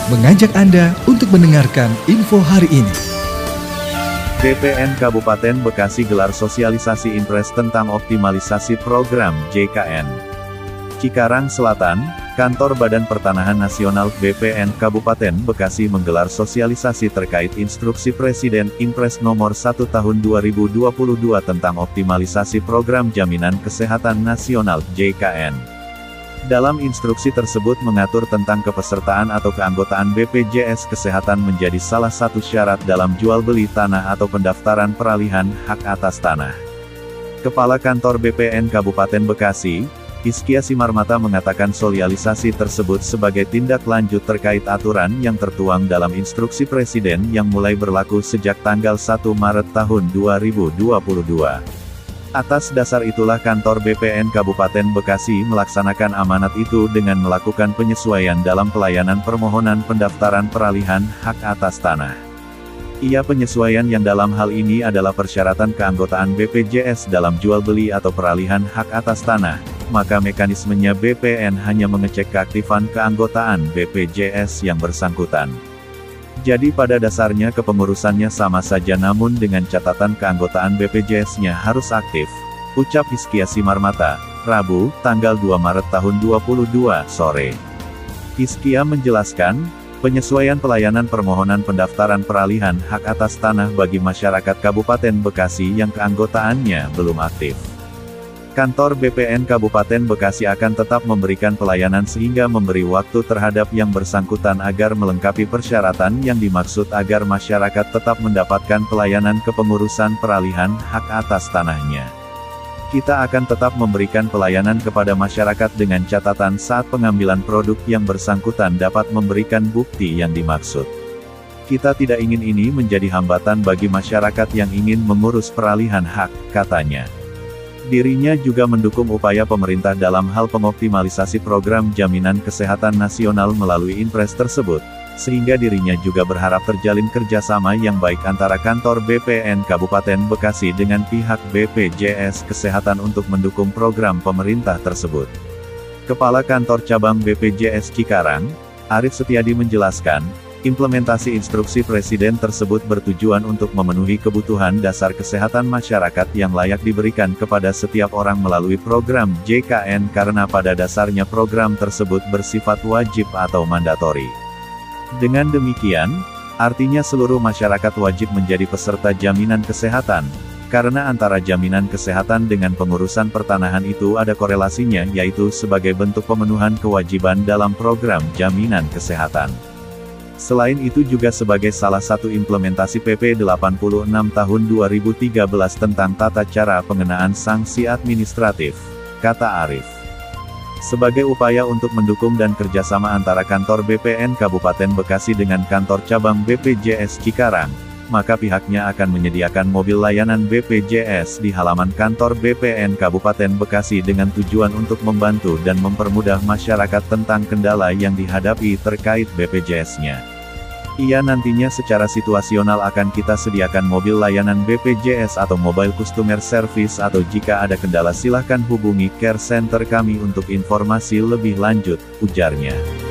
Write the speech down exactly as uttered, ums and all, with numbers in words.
mengajak Anda untuk mendengarkan info hari ini. B P N Kabupaten Bekasi gelar sosialisasi impres tentang optimalisasi program J K N. Cikarang Selatan, Kantor Badan Pertanahan Nasional B P N Kabupaten Bekasi menggelar sosialisasi terkait Instruksi Presiden Impres Nomor satu Tahun dua ribu dua puluh dua tentang optimalisasi program Jaminan Kesehatan Nasional J K N. Dalam instruksi tersebut mengatur tentang kepesertaan atau keanggotaan B P J S Kesehatan menjadi salah satu syarat dalam jual beli tanah atau pendaftaran peralihan hak atas tanah. Kepala Kantor B P N Kabupaten Bekasi, Hizkia Simarmata mengatakan sosialisasi tersebut sebagai tindak lanjut terkait aturan yang tertuang dalam Instruksi Presiden yang mulai berlaku sejak tanggal satu Maret tahun dua ribu dua puluh dua. Atas dasar itulah Kantor B P N Kabupaten Bekasi melaksanakan amanat itu dengan melakukan penyesuaian dalam pelayanan permohonan pendaftaran peralihan hak atas tanah. Ia penyesuaian yang dalam hal ini adalah persyaratan keanggotaan B P J S dalam jual beli atau peralihan hak atas tanah, maka mekanismenya B P N hanya mengecek keaktifan keanggotaan B P J S yang bersangkutan. Jadi pada dasarnya kepengurusannya sama saja namun dengan catatan keanggotaan B P J S-nya harus aktif, ucap Hizkia Simarmata, Rabu, tanggal dua Maret tahun dua ribu dua puluh dua, sore. Hizkia menjelaskan, penyesuaian pelayanan permohonan pendaftaran peralihan hak atas tanah bagi masyarakat Kabupaten Bekasi yang keanggotaannya belum aktif. Kantor B P N Kabupaten Bekasi akan tetap memberikan pelayanan sehingga memberi waktu terhadap yang bersangkutan agar melengkapi persyaratan yang dimaksud agar masyarakat tetap mendapatkan pelayanan kepengurusan peralihan hak atas tanahnya. Kita akan tetap memberikan pelayanan kepada masyarakat dengan catatan saat pengambilan produk yang bersangkutan dapat memberikan bukti yang dimaksud. Kita tidak ingin ini menjadi hambatan bagi masyarakat yang ingin mengurus peralihan hak, katanya. Dirinya juga mendukung upaya pemerintah dalam hal pengoptimalisasi program Jaminan Kesehatan Nasional melalui Impres tersebut, sehingga dirinya juga berharap terjalin kerjasama yang baik antara kantor B P N Kabupaten Bekasi dengan pihak B P J S Kesehatan untuk mendukung program pemerintah tersebut. Kepala Kantor Cabang B P J S Cikarang, Arif Setiadi menjelaskan, implementasi instruksi Presiden tersebut bertujuan untuk memenuhi kebutuhan dasar kesehatan masyarakat yang layak diberikan kepada setiap orang melalui program J K N karena pada dasarnya program tersebut bersifat wajib atau mandatori. Dengan demikian, artinya seluruh masyarakat wajib menjadi peserta jaminan kesehatan, karena antara jaminan kesehatan dengan pengurusan pertanahan itu ada korelasinya yaitu sebagai bentuk pemenuhan kewajiban dalam program jaminan kesehatan. Selain itu juga sebagai salah satu implementasi P P delapan puluh enam tahun dua ribu tiga belas tentang tata cara pengenaan sanksi administratif, kata Arif. Sebagai upaya untuk mendukung dan kerjasama antara kantor B P N Kabupaten Bekasi dengan kantor cabang B P J S Cikarang, maka pihaknya akan menyediakan mobil layanan B P J S di halaman kantor B P N Kabupaten Bekasi dengan tujuan untuk membantu dan mempermudah masyarakat tentang kendala yang dihadapi terkait B P J S-nya. Ia nantinya secara situasional akan kita sediakan mobil layanan B P J S atau Mobile Customer Service atau jika ada kendala silahkan hubungi care center kami untuk informasi lebih lanjut, ujarnya.